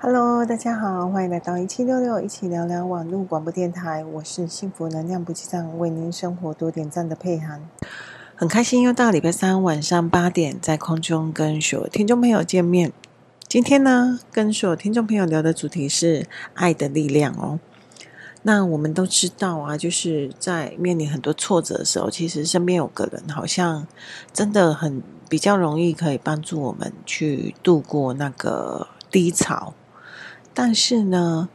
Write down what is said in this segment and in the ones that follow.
Hello，大家好，欢迎来到1766，一起聊聊网络广播电台。我是幸福能量补给站，为您生活多点赞的佩涵。很开心又到礼拜三晚上8点，在空中跟所有听众朋友见面。今天呢，跟所有听众朋友聊的主题是爱的力量哦。那我们都知道啊，就是在面临很多挫折的时候，其实身边有个人好像真的比较容易可以帮助我们去度过那个低潮。但是呢，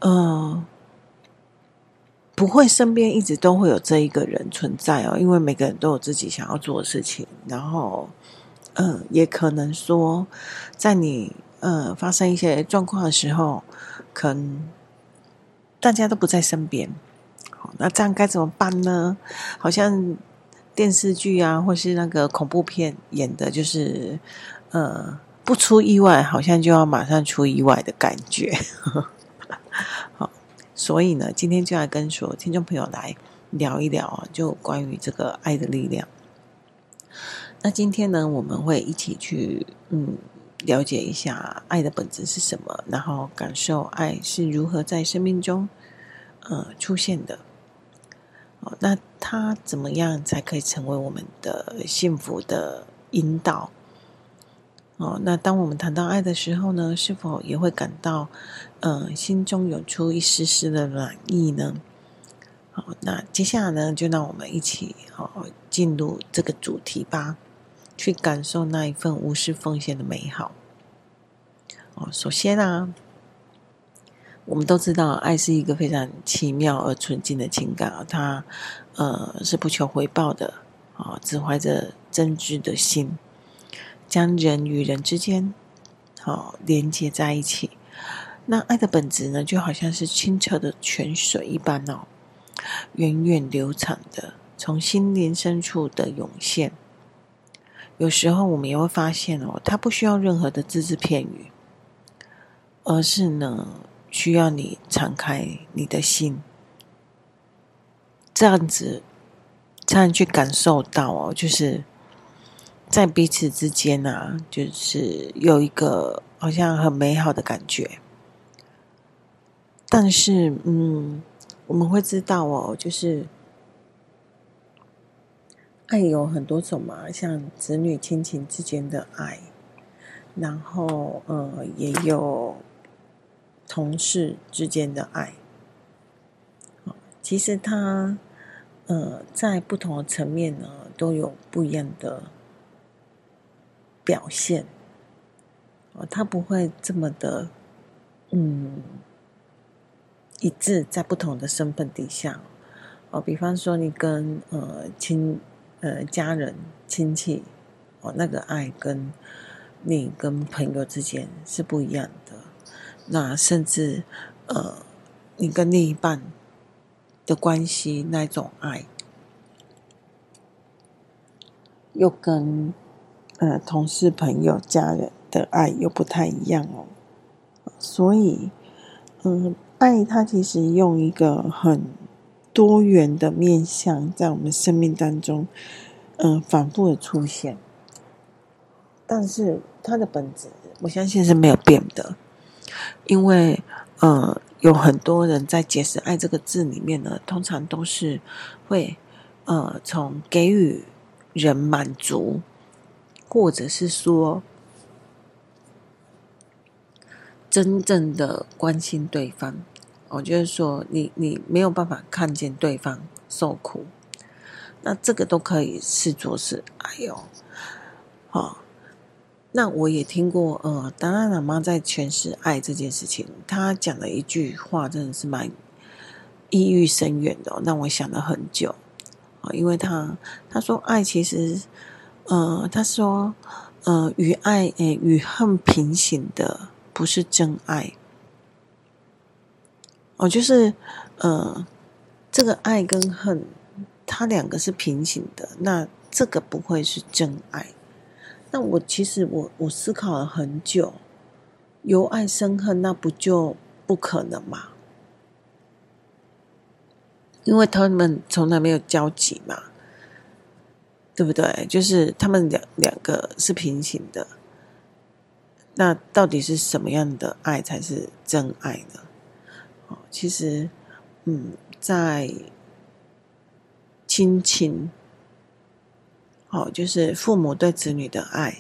不会身边一直都会有这一个人存在哦，因为每个人都有自己想要做的事情，然后，也可能说，在你发生一些状况的时候，可能大家都不在身边，那这样该怎么办呢？好像电视剧啊，或是那个恐怖片演的，就是不出意外，好像就要马上出意外的感觉。好，所以呢，今天就来跟所有听众朋友来聊一聊啊，就关于这个爱的力量。那今天呢，我们会一起去了解一下爱的本质是什么，然后感受爱是如何在生命中出现的。那它怎么样才可以成为我们的幸福的引导？那当我们谈到爱的时候呢，是否也会感到，心中有出一丝丝的暖意呢？好，那接下来呢，就让我们一起进入这个主题吧，去感受那一份无私奉献的美好。首先啊，我们都知道，爱是一个非常奇妙而纯净的情感啊，它是不求回报的只怀着真挚的心，将人与人之间连接在一起。那爱的本质呢，就好像是清澈的泉水一般源远流长的从心灵深处的涌现。有时候我们也会发现它不需要任何的只字片语，而是呢需要你敞开你的心，这样子才能去感受到就是在彼此之间就是有一个好像很美好的感觉。但是我们会知道就是爱有很多种嘛，像子女亲情之间的爱，然后也有同事之间的爱。其实它在不同的层面呢，都有不一样的表现。它不会这么的一致，在不同的身份底下。比方说你跟家人亲戚那个爱跟你跟朋友之间是不一样的。那甚至你跟另一半的关系那种爱，又跟同事朋友家人的爱又不太一样所以爱它其实用一个很多元的面向在我们生命当中反复的出现，但是它的本质我相信是没有变的。因为有很多人在解释爱这个字里面呢，通常都是会从给予人满足，或者是说真正的关心对方就是说你没有办法看见对方受苦，那这个都可以视作是爱那我也听过达赖喇嘛在诠释爱这件事情，他讲了一句话真的是蛮意欲深远的让我想了很久因为他说爱其实他说与恨平行的不是真爱就是这个爱跟恨它两个是平行的，那这个不会是真爱。那其实我思考了很久，由爱生恨那不就不可能吗？因为他们从来没有交集嘛，对不对？就是他们两个是平行的， 那到底是什么样的爱才是真爱呢？其实，在亲情，就是父母对子女的爱，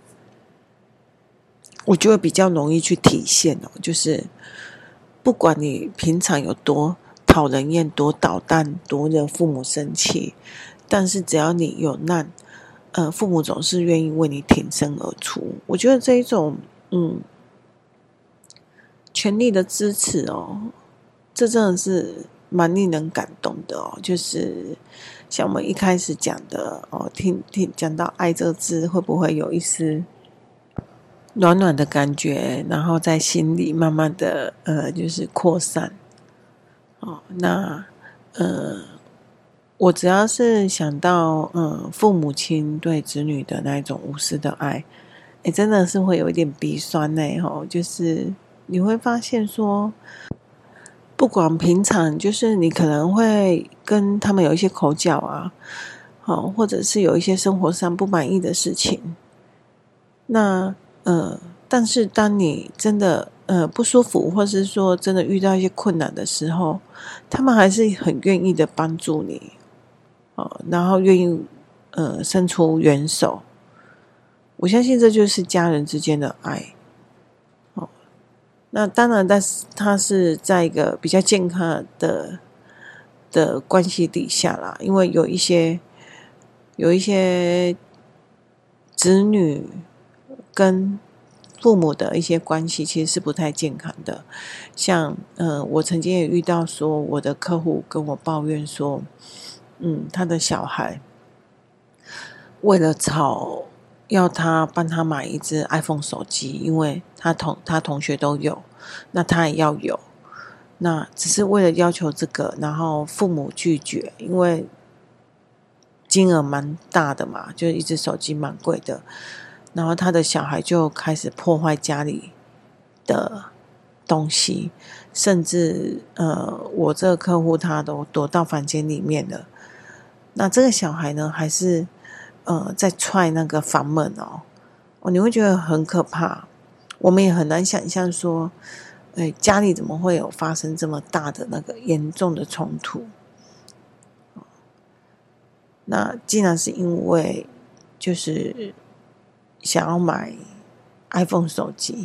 我觉得比较容易去体现就是不管你平常有多讨人厌、多捣蛋、多惹父母生气，但是只要你有难，父母总是愿意为你挺身而出。我觉得这一种全力的支持这真的是蛮令人感动的就是像我们一开始讲的听讲到爱这个字，会不会有一丝暖暖的感觉，然后在心里慢慢的就是扩散那我只要是想到父母亲对子女的那一种无私的爱，真的是会有一点鼻酸就是你会发现说，不管平常就是你可能会跟他们有一些口角啊，或者是有一些生活上不满意的事情，那但是当你真的不舒服，或是说真的遇到一些困难的时候，他们还是很愿意的帮助你然后愿意伸出援手。我相信这就是家人之间的爱那当然，但是它是在一个比较健康的关系底下啦，因为有一些子女跟父母的一些关系其实是不太健康的。像我曾经也遇到说，我的客户跟我抱怨说，他的小孩为了吵要他帮他买一只 iPhone 手机，因为他同学都有，那他也要有，那只是为了要求这个，然后父母拒绝，因为金额蛮大的嘛，就一只手机蛮贵的，然后他的小孩就开始破坏家里的东西，甚至我这个客户他都躲到房间里面了，那这个小孩呢还是在踹那个房门你会觉得很可怕。我们也很难想象说家里怎么会有发生这么大的那个严重的冲突。那既然是因为就是想要买 iPhone 手机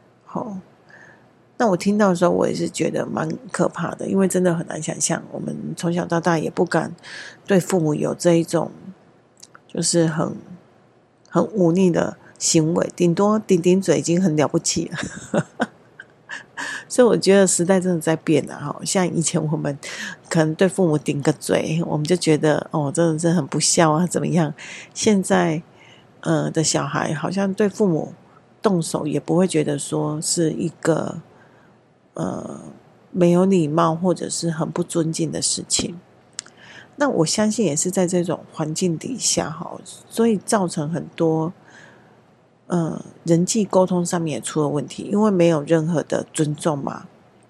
那我听到的时候我也是觉得蛮可怕的，因为真的很难想象，我们从小到大也不敢对父母有这一种就是很忤逆的行为，顶多顶顶嘴已经很了不起了所以我觉得时代真的在变像以前我们可能对父母顶个嘴，我们就觉得真的是很不孝啊怎么样，现在的小孩好像对父母动手也不会觉得说是一个没有礼貌或者是很不尊敬的事情。那我相信也是在这种环境底下所以造成很多人际沟通上面也出了问题，因为没有任何的尊重嘛。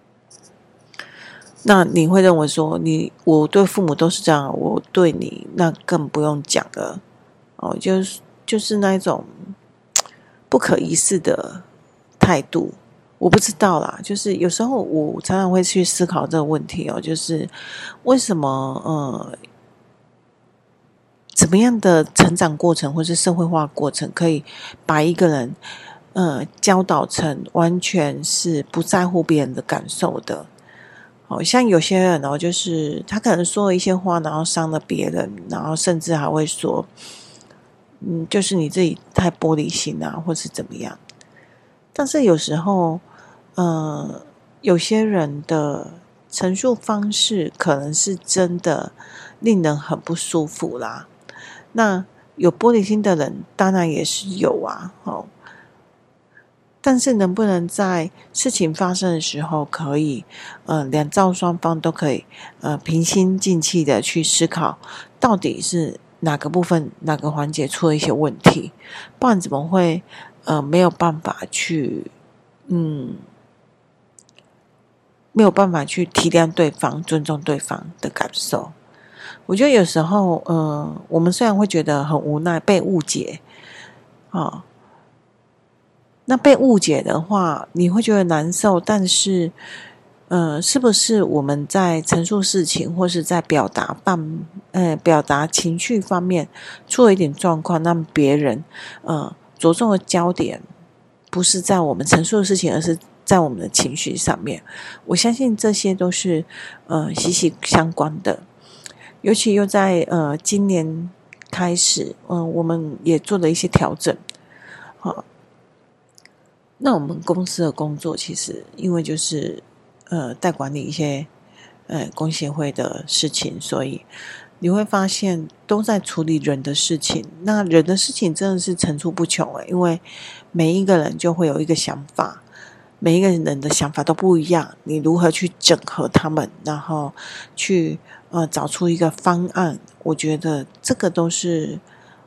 那你会认为说我对父母都是这样，我对你那更不用讲了就是那一种不可一世的态度。我不知道啦，就是有时候我常常会去思考这个问题就是为什么怎么样的成长过程或是社会化过程可以把一个人教导成完全是不在乎别人的感受的像有些人就是他可能说了一些话，然后伤了别人，然后甚至还会说就是你自己太玻璃心啊或是怎么样。但是有时候有些人的陈述方式可能是真的令人很不舒服啦。那有玻璃心的人当然也是有但是能不能在事情发生的时候可以两造双方都可以平心静气的去思考到底是哪个部分哪个环节出了一些问题，不然怎么会没有办法去没有办法去体谅对方尊重对方的感受。我觉得有时候我们虽然会觉得很无奈被误解那被误解的话，你会觉得难受，但是是不是我们在陈述事情或是在表达情绪方面出了一点状况，让别人着重的焦点不是在我们陈述的事情，而是在我们的情绪上面。我相信这些都是息息相关的，尤其又在今年开始，我们也做了一些调整。好，那我们公司的工作其实因为就是代管理一些工协会的事情，所以你会发现都在处理人的事情。那人的事情真的是层出不穷因为每一个人就会有一个想法，每一个人的想法都不一样，你如何去整合他们，然后去找出一个方案，我觉得这个都是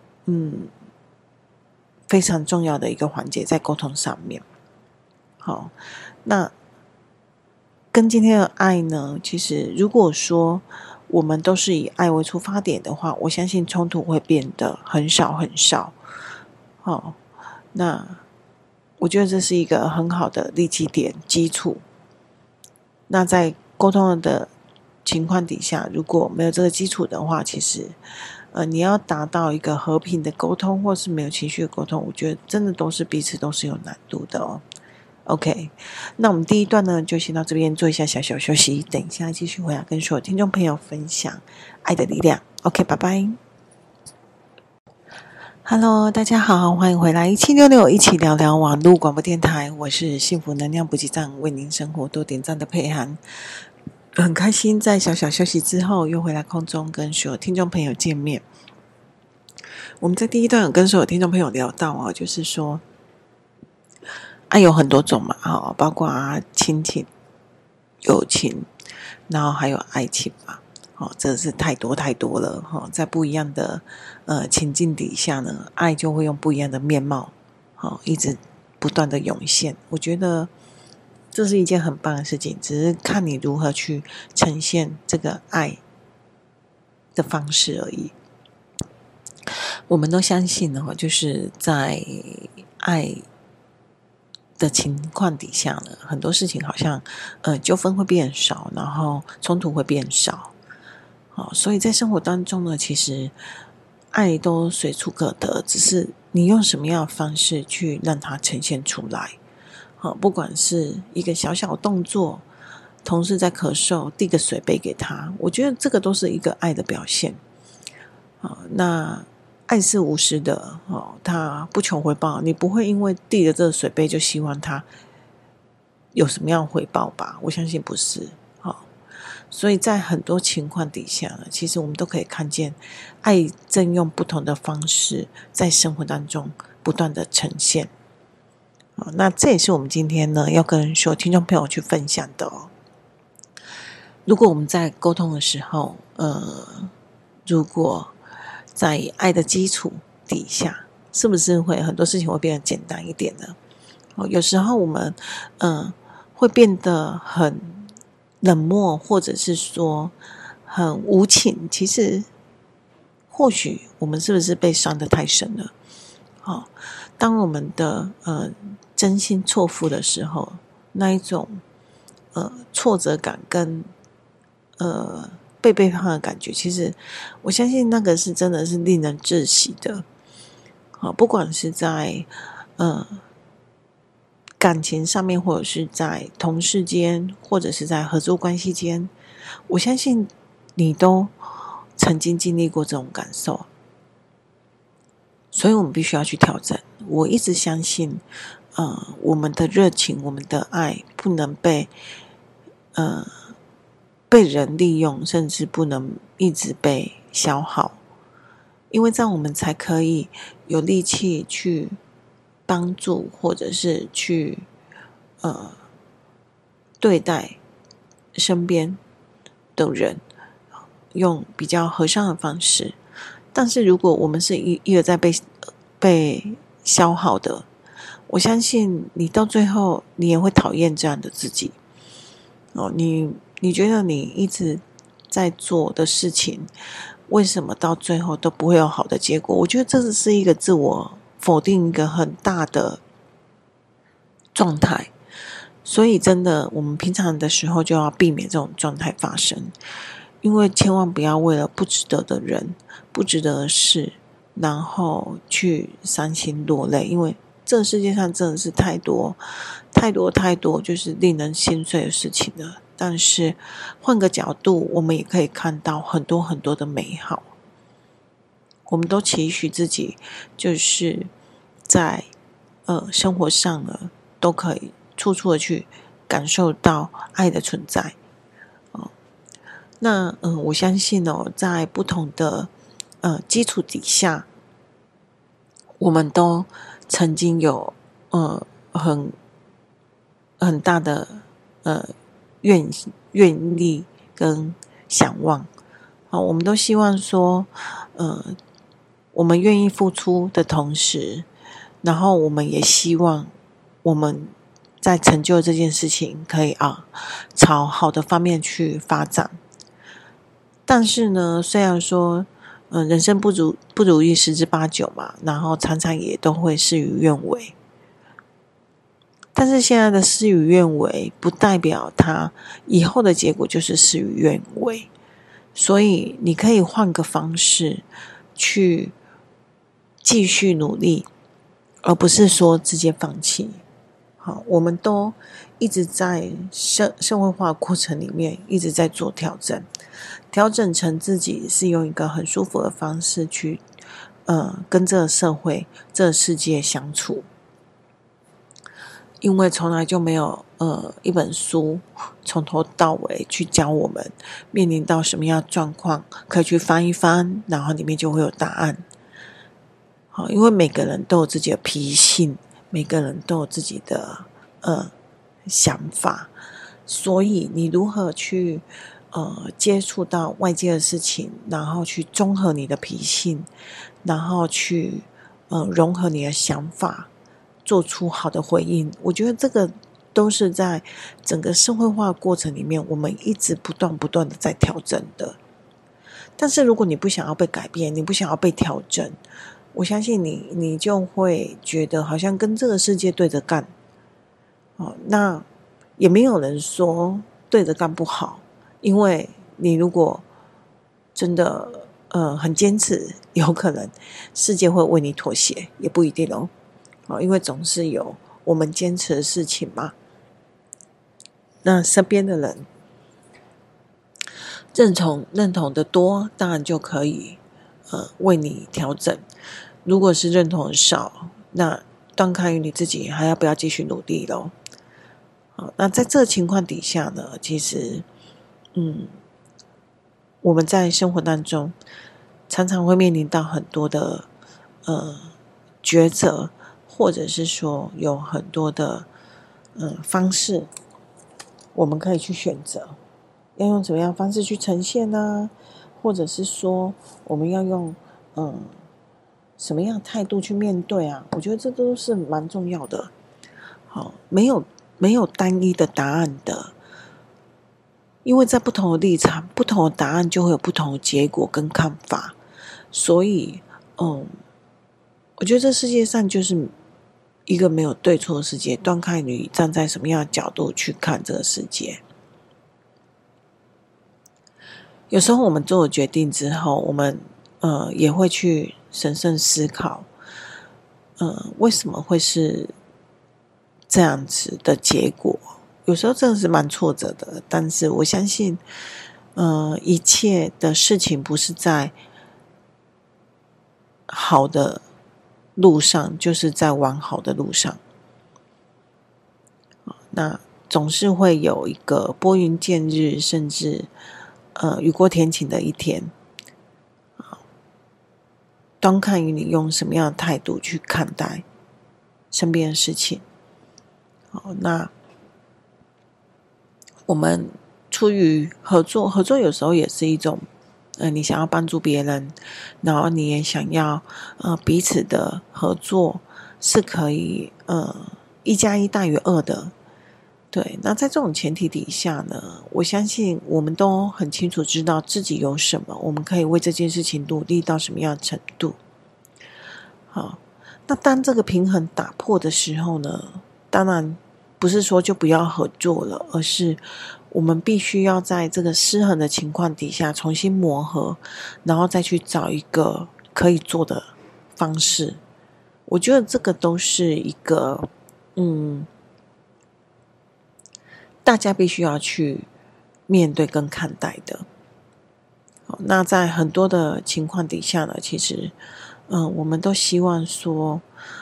非常重要的一个环节在沟通上面。好，那跟今天的爱呢，其实如果说我们都是以爱为出发点的话，我相信冲突会变得很少很少。好，那我觉得这是一个很好的立基点基础。那在沟通的情况底下，如果没有这个基础的话，其实你要达到一个和平的沟通，或是没有情绪的沟通，我觉得真的都是彼此都是有难度的哦。OK， 那我们第一段呢就先到这边做一下小小休息，等一下继续回来跟所有听众朋友分享爱的力量。OK， 拜拜。Hello， 大家好，欢迎回来1766一起聊聊网络广播电台，我是幸福能量补给站，为您生活多点赞的佩涵。很开心在小小休息之后又回来空中跟所有听众朋友见面。我们在第一段有跟所有听众朋友聊到就是说爱有很多种嘛，包括亲情、友情，然后还有爱情嘛，这是太多太多了，在不一样的情境底下呢，爱就会用不一样的面貌，一直不断的涌现。我觉得这是一件很棒的事情，只是看你如何去呈现这个爱的方式而已。我们都相信就是在爱的情况底下呢，很多事情好像纠纷会变少，然后冲突会变少。所以在生活当中呢，其实爱都随处可得，只是你用什么样的方式去让它呈现出来。不管是一个小小动作，同事在咳嗽，递个水杯给他，我觉得这个都是一个爱的表现。那爱是无私的，他不求回报，你不会因为递了这个水杯就希望他有什么样的回报吧？我相信不是。所以在很多情况底下呢，其实我们都可以看见爱正用不同的方式在生活当中不断的呈现。那这也是我们今天呢要跟所有听众朋友去分享的如果我们在沟通的时候，如果在爱的基础底下，是不是会很多事情会变得简单一点呢？有时候我们会变得很冷漠，或者是说很无情，其实或许我们是不是被伤得太深了？当我们的真心错付的时候，那一种挫折感跟被背叛的感觉，其实我相信那个是真的是令人窒息的。不管是在感情上面，或者是在同事间，或者是在合作关系间，我相信你都曾经经历过这种感受，所以我们必须要去调整。我一直相信我们的热情，我们的爱不能被人利用，甚至不能一直被消耗，因为这样我们才可以有力气去帮助，或者是去对待身边的人，用比较和善的方式。但是如果我们是一而再被消耗的，我相信你到最后你也会讨厌这样的自己。你觉得你一直在做的事情，为什么到最后都不会有好的结果？我觉得这是一个自我否定一个很大的状态。所以真的，我们平常的时候就要避免这种状态发生，因为千万不要为了不值得的人、不值得的事，然后去伤心落泪，因为这个世界上真的是太多就是令人心碎的事情了。但是换个角度，我们也可以看到很多的美好。我们都期许自己就是在生活上呢都可以处处的去感受到爱的存在。那我相信在不同的基础底下，我们都曾经有很大的愿力跟想望。我们都希望说我们愿意付出的同时，然后我们也希望我们在成就这件事情可以朝好的方面去发展。但是呢，虽然说人生不如意十之八九嘛，然后常常也都会事与愿违。但是现在的事与愿违，不代表它以后的结果就是事与愿违。所以你可以换个方式去继续努力，而不是说直接放弃。好，我们都一直在社会化过程里面一直在做调整成自己是用一个很舒服的方式去跟这个社会这个世界相处。因为从来就没有一本书从头到尾去教我们面临到什么样的状况可以去翻一翻，然后里面就会有答案。好，因为每个人都有自己的脾性，每个人都有自己的想法，所以你如何去接触到外界的事情，然后去综合你的脾性，然后去融合你的想法，做出好的回应。我觉得这个都是在整个社会化过程里面，我们一直不断的在调整的。但是如果你不想要被改变，你不想要被调整，我相信你就会觉得好像跟这个世界对着干。那也没有人说对着干不好，因为你如果真的很坚持，有可能世界会为你妥协，也不一定因为总是有我们坚持的事情嘛。那身边的人认同的多，当然就可以为你调整。如果是认同的少，那端看于你自己还要不要继续努力咯。好，那在这个情况底下呢，其实我们在生活当中常常会面临到很多的抉择，或者是说有很多的方式我们可以去选择要用怎么样的方式去呈现呢？或者是说我们要用什么样的态度去面对啊？我觉得这都是蛮重要的。好，没有单一的答案的，因为在不同的立场，不同的答案就会有不同的结果跟看法。所以我觉得这世界上就是一个没有对错的世界，端看你站在什么样的角度去看这个世界。有时候我们做了决定之后，我们也会去审慎思考为什么会是这样子的结果。有时候真的是蛮挫折的，但是我相信一切的事情不是在好的路上，就是在往好的路上。那总是会有一个拨云见日，甚至雨过天晴的一天。端看于你用什么样的态度去看待身边的事情。好，那我们出于合作有时候也是一种你想要帮助别人，然后你也想要彼此的合作是可以1+1大于2的。对，那在这种前提底下呢，我相信我们都很清楚知道自己有什么，我们可以为这件事情努力到什么样的程度。好，那当这个平衡打破的时候呢，当然不是说就不要合作了，而是我们必须要在这个失衡的情况底下重新磨合，然后再去找一个可以做的方式。我觉得这个都是一个大家必须要去面对跟看待的。那在很多的情况底下呢，其实我们都希望说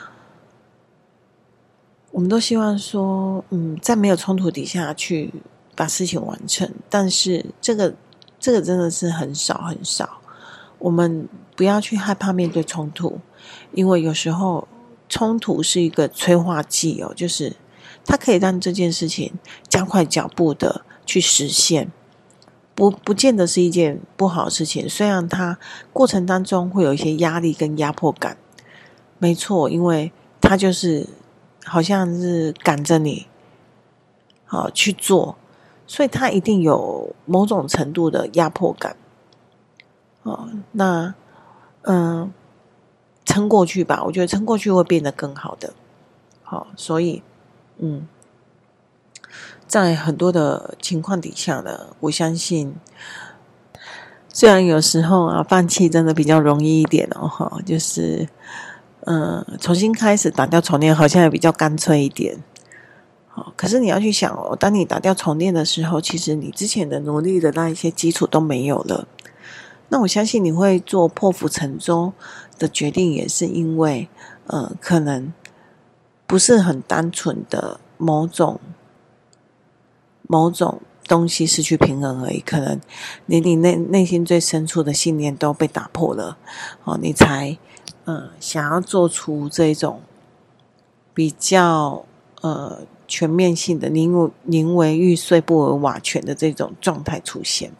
在没有冲突底下去把事情完成，但是这个真的是很少很少。我们不要去害怕面对冲突，因为有时候冲突是一个催化剂就是它可以让这件事情加快脚步的去实现，不见得是一件不好的事情。虽然它过程当中会有一些压力跟压迫感，没错，因为它就是好像是赶着你去做，所以它一定有某种程度的压迫感。那撑过去吧，我觉得撑过去会变得更好的。所以在很多的情况底下呢，我相信虽然有时候放弃真的比较容易一点就是重新开始打掉重练好像也比较干脆一点。可是你要去想当你打掉重练的时候，其实你之前的努力的那一些基础都没有了。那我相信你会做破釜沉舟的决定，也是因为可能不是很单纯的某种东西失去平衡而已，可能连你内心最深处的信念都被打破了你才想要做出这种比较全面性的宁为玉碎不为瓦全的这种状态出现。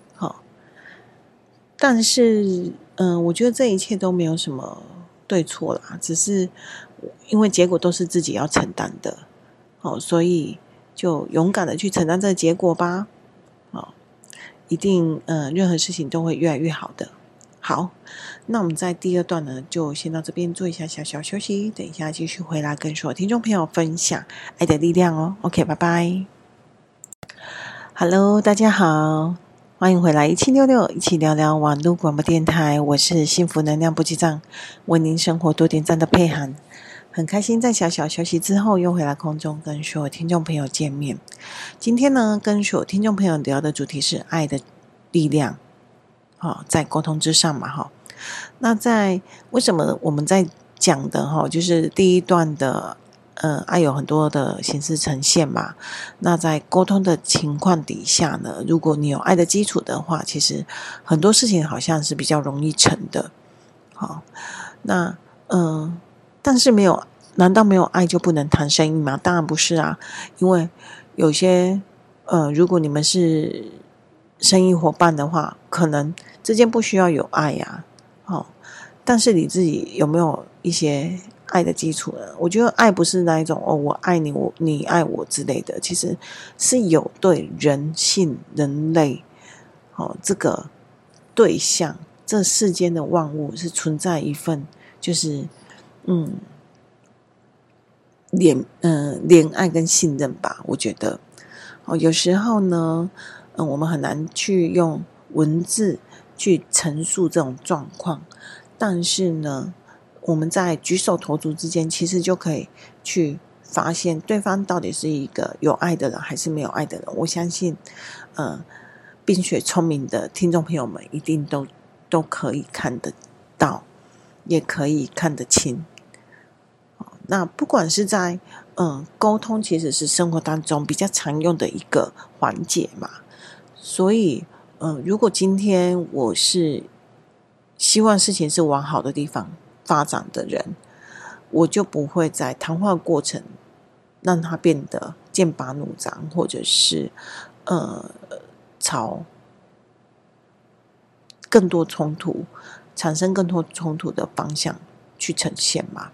但是我觉得这一切都没有什么对错啦，只是因为结果都是自己要承担的所以就勇敢的去承担这个结果吧一定任何事情都会越来越好的。好，那我们在第二段呢就先到这边做一下小小休息，等一下继续回来跟所有听众朋友分享爱的力量OK， 拜拜。 Hello， 大家好，欢迎回来1766一起聊聊网络广播电台，我是幸福能量补给站，为您生活多点赞的佩涵。很开心在小小休息之后又回来空中跟所有听众朋友见面。今天呢跟所有听众朋友聊的主题是爱的力量在沟通之上嘛那为什么我们在讲的就是第一段的爱有很多的形式呈现嘛，那在沟通的情况底下呢，如果你有爱的基础的话，其实很多事情好像是比较容易成的那但是难道没有爱就不能谈生意吗？当然不是啊，因为有些如果你们是生意伙伴的话，可能之间不需要有爱呀但是你自己有没有一些爱的基础呢？我觉得爱不是那一种我爱你你爱我之类的，其实是有对人性人类这个对象，这世间的万物是存在一份就是怜爱跟信任吧。我觉得有时候呢我们很难去用文字去陈述这种状况，但是呢我们在举手投足之间其实就可以去发现对方到底是一个有爱的人还是没有爱的人。我相信冰雪聪明的听众朋友们一定都可以看得到，也可以看得清。那不管是在沟通其实是生活当中比较常用的一个环节嘛，所以如果今天我是希望事情是往好的地方发展的人，我就不会在谈话过程让它变得剑拔弩张，或者是朝更多冲突产生更多冲突的方向去呈现嘛。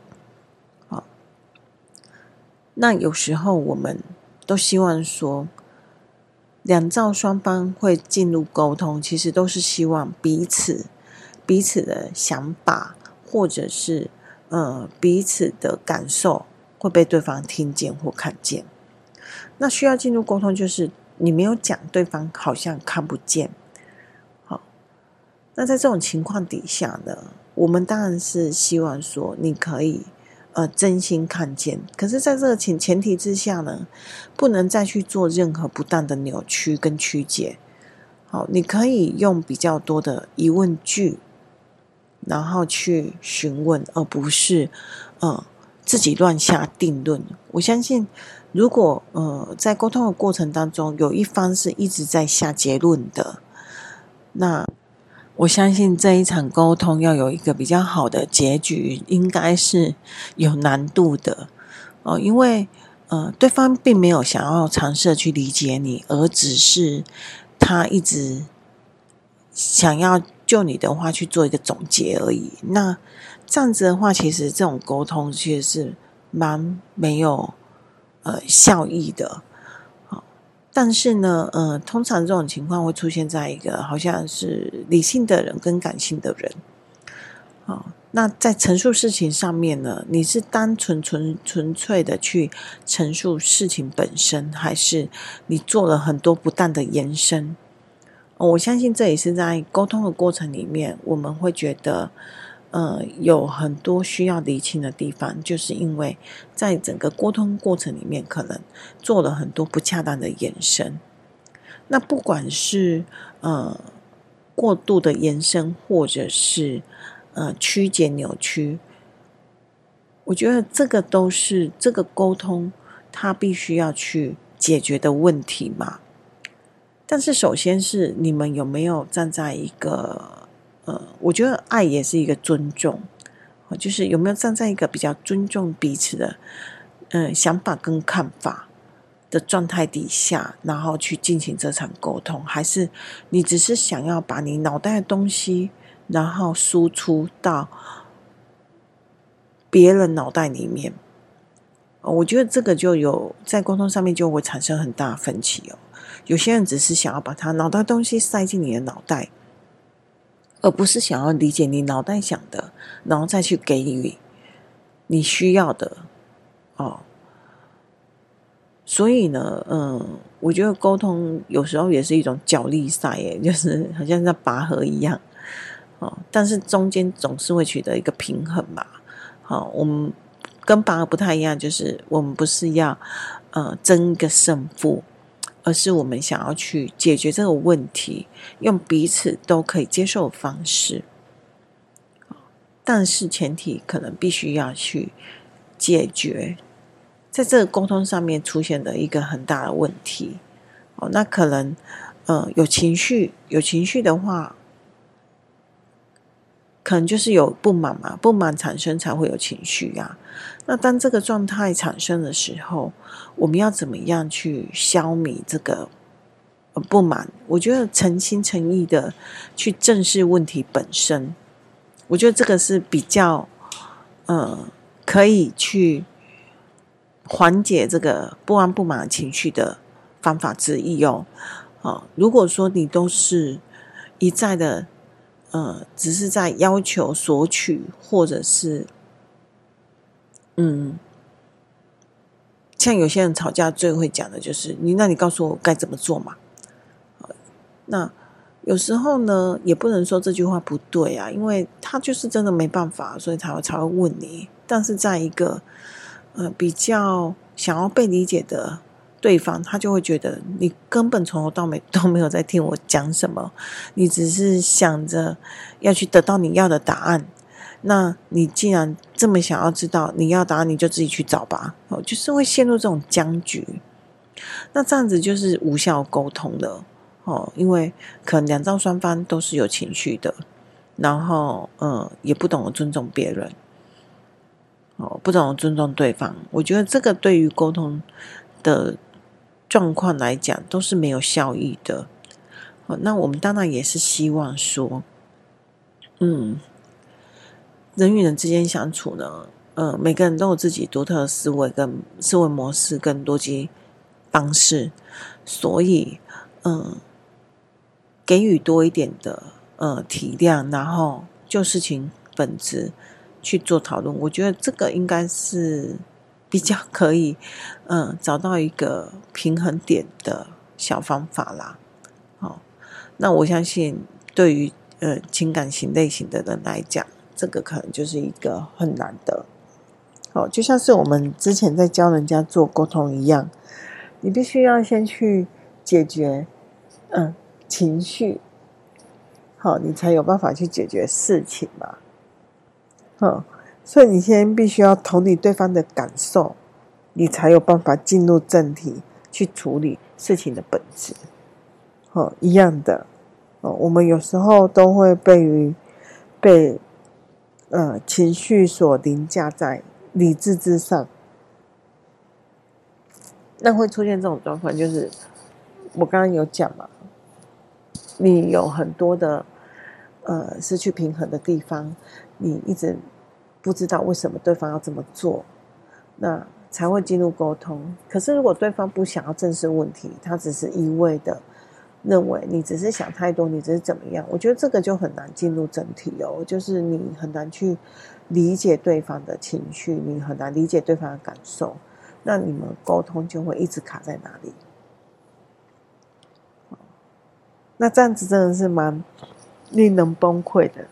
那有时候我们都希望说两造双方会进入沟通，其实都是希望彼此的想法或者是彼此的感受会被对方听见或看见那需要进入沟通，就是你没有讲，对方好像看不见。好，那在这种情况底下呢，我们当然是希望说你可以真心看见，可是在这个前提之下呢，不能再去做任何不当的扭曲跟曲解。好，你可以用比较多的疑问句，然后去询问，而不是自己乱下定论。我相信，如果在沟通的过程当中，有一方是一直在下结论的，那我相信这一场沟通要有一个比较好的结局，应该是有难度的因为对方并没有想要尝试去理解你，而只是他一直想要就你的话去做一个总结而已。那这样子的话，其实这种沟通其实是蛮没有效益的。但是呢，通常这种情况会出现在一个好像是理性的人跟感性的人。那在陈述事情上面呢，你是单纯粹的去陈述事情本身，还是你做了很多不当的延伸？我相信这也是在沟通的过程里面，我们会觉得有很多需要厘清的地方，就是因为在整个沟通过程里面，可能做了很多不恰当的延伸。那不管是过度的延伸，或者是曲解扭曲，我觉得这个都是这个沟通它必须要去解决的问题嘛。但是首先是你们有没有站在一个我觉得爱也是一个尊重，就是有没有站在一个比较尊重彼此的想法跟看法的状态底下，然后去进行这场沟通，还是你只是想要把你脑袋的东西然后输出到别人脑袋里面。我觉得这个就有在沟通上面就会产生很大的分歧有些人只是想要把他脑袋东西塞进你的脑袋，而不是想要理解你脑袋想的，然后再去给予你需要的所以呢我觉得沟通有时候也是一种角力赛耶，就是好像在拔河一样但是中间总是会取得一个平衡嘛。我们跟拔河不太一样，就是我们不是要争一个胜负，而是我们想要去解决这个问题，用彼此都可以接受的方式。但是前提可能必须要去解决在这个沟通上面出现的一个很大的问题那可能有情绪的话，可能就是有不满嘛，不满产生才会有情绪啊。那当这个状态产生的时候，我们要怎么样去消弭这个不满？我觉得诚心诚意的去正视问题本身，我觉得这个是比较可以去缓解这个不安不满的情绪的方法之一如果说你都是一再的只是在要求索取，或者是像有些人吵架最会讲的就是那你告诉我该怎么做嘛。那有时候呢也不能说这句话不对啊，因为他就是真的没办法，所以才会问你。但是在一个比较想要被理解的对方，他就会觉得你根本从头到尾都没有在听我讲什么，你只是想着要去得到你要的答案。那你既然这么想要知道你要答案，你就自己去找吧就是会陷入这种僵局。那这样子就是无效沟通了因为可能两造双方都是有情绪的，然后也不懂得尊重别人不懂得尊重对方。我觉得这个对于沟通的状况来讲都是没有效益的那我们当然也是希望说人与人之间相处呢每个人都有自己独特的思维模式跟逻辑方式，所以给予多一点的体谅，然后就事情本质去做讨论，我觉得这个应该是比较可以找到一个平衡点的小方法啦。好，那我相信对于情感型类型的人来讲，这个可能就是一个很难的。好，就像是我们之前在教人家做沟通一样，你必须要先去解决情绪，好，你才有办法去解决事情嘛。所以你先必须要同理对方的感受，你才有办法进入正题去处理事情的本质。一样的，我们有时候都会被情绪所凌驾在理智之上，那会出现这种状况，就是我刚刚有讲嘛，你有很多的失去平衡的地方，你一直不知道为什么对方要这么做，那才会进入沟通。可是如果对方不想要正视问题，他只是一味的认为你只是想太多，你只是怎么样，我觉得这个就很难进入整体哦，就是你很难去理解对方的情绪，你很难理解对方的感受，那你们沟通就会一直卡在哪里。那这样子真的是蛮令人崩溃的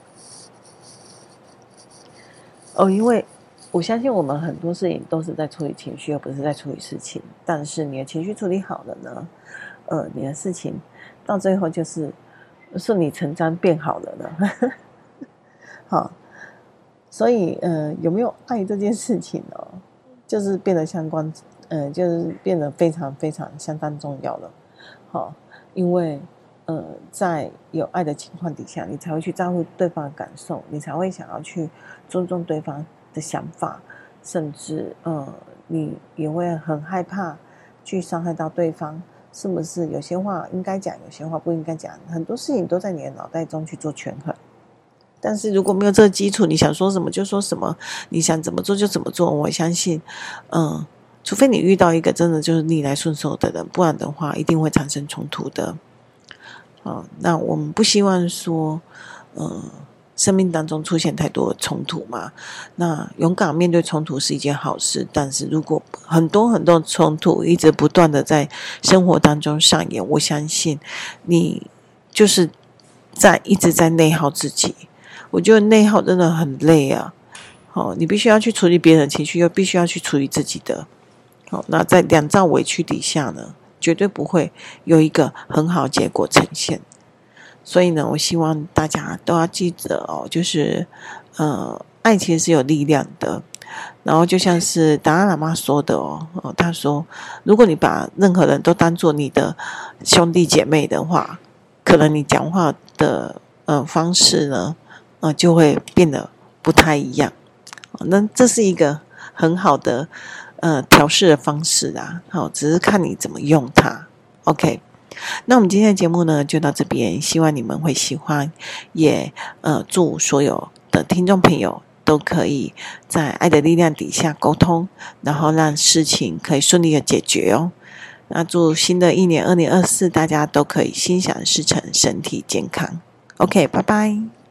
因为我相信我们很多事情都是在处理情绪，而不是在处理事情。但是你的情绪处理好了呢，你的事情到最后就是顺理成章变好了呢。好，所以有没有爱这件事情呢，就是变得就是变得非常非常相当重要了。好，因为在有爱的情况底下，你才会去在乎对方的感受，你才会想要去尊重对方的想法，甚至你也会很害怕去伤害到对方，是不是？有些话应该讲，有些话不应该讲，很多事情都在你的脑袋中去做权衡。但是如果没有这个基础，你想说什么就说什么，你想怎么做就怎么做，我相信除非你遇到一个真的就是逆来顺受的人，不然的话一定会产生冲突的。那我们不希望说生命当中出现太多的冲突嘛，那勇敢面对冲突是一件好事，但是如果很多很多冲突一直不断的在生活当中上演，我相信你就是一直在内耗自己。我觉得内耗真的很累啊。你必须要去处理别人的情绪，又必须要去处理自己的。那在两造委屈底下呢，绝对不会有一个很好的结果呈现。所以呢，我希望大家都要记得就是爱其实是有力量的。然后就像是达赖喇嘛说的他说，如果你把任何人都当作你的兄弟姐妹的话，可能你讲话的方式呢就会变得不太一样。那这是一个很好的调试的方式啊，只是看你怎么用它。OK， 那我们今天的节目呢就到这边，希望你们会喜欢，也祝所有的听众朋友都可以在爱的力量底下沟通，然后让事情可以顺利的解决哦。那祝新的一年2024大家都可以心想事成，身体健康。OK， 拜拜。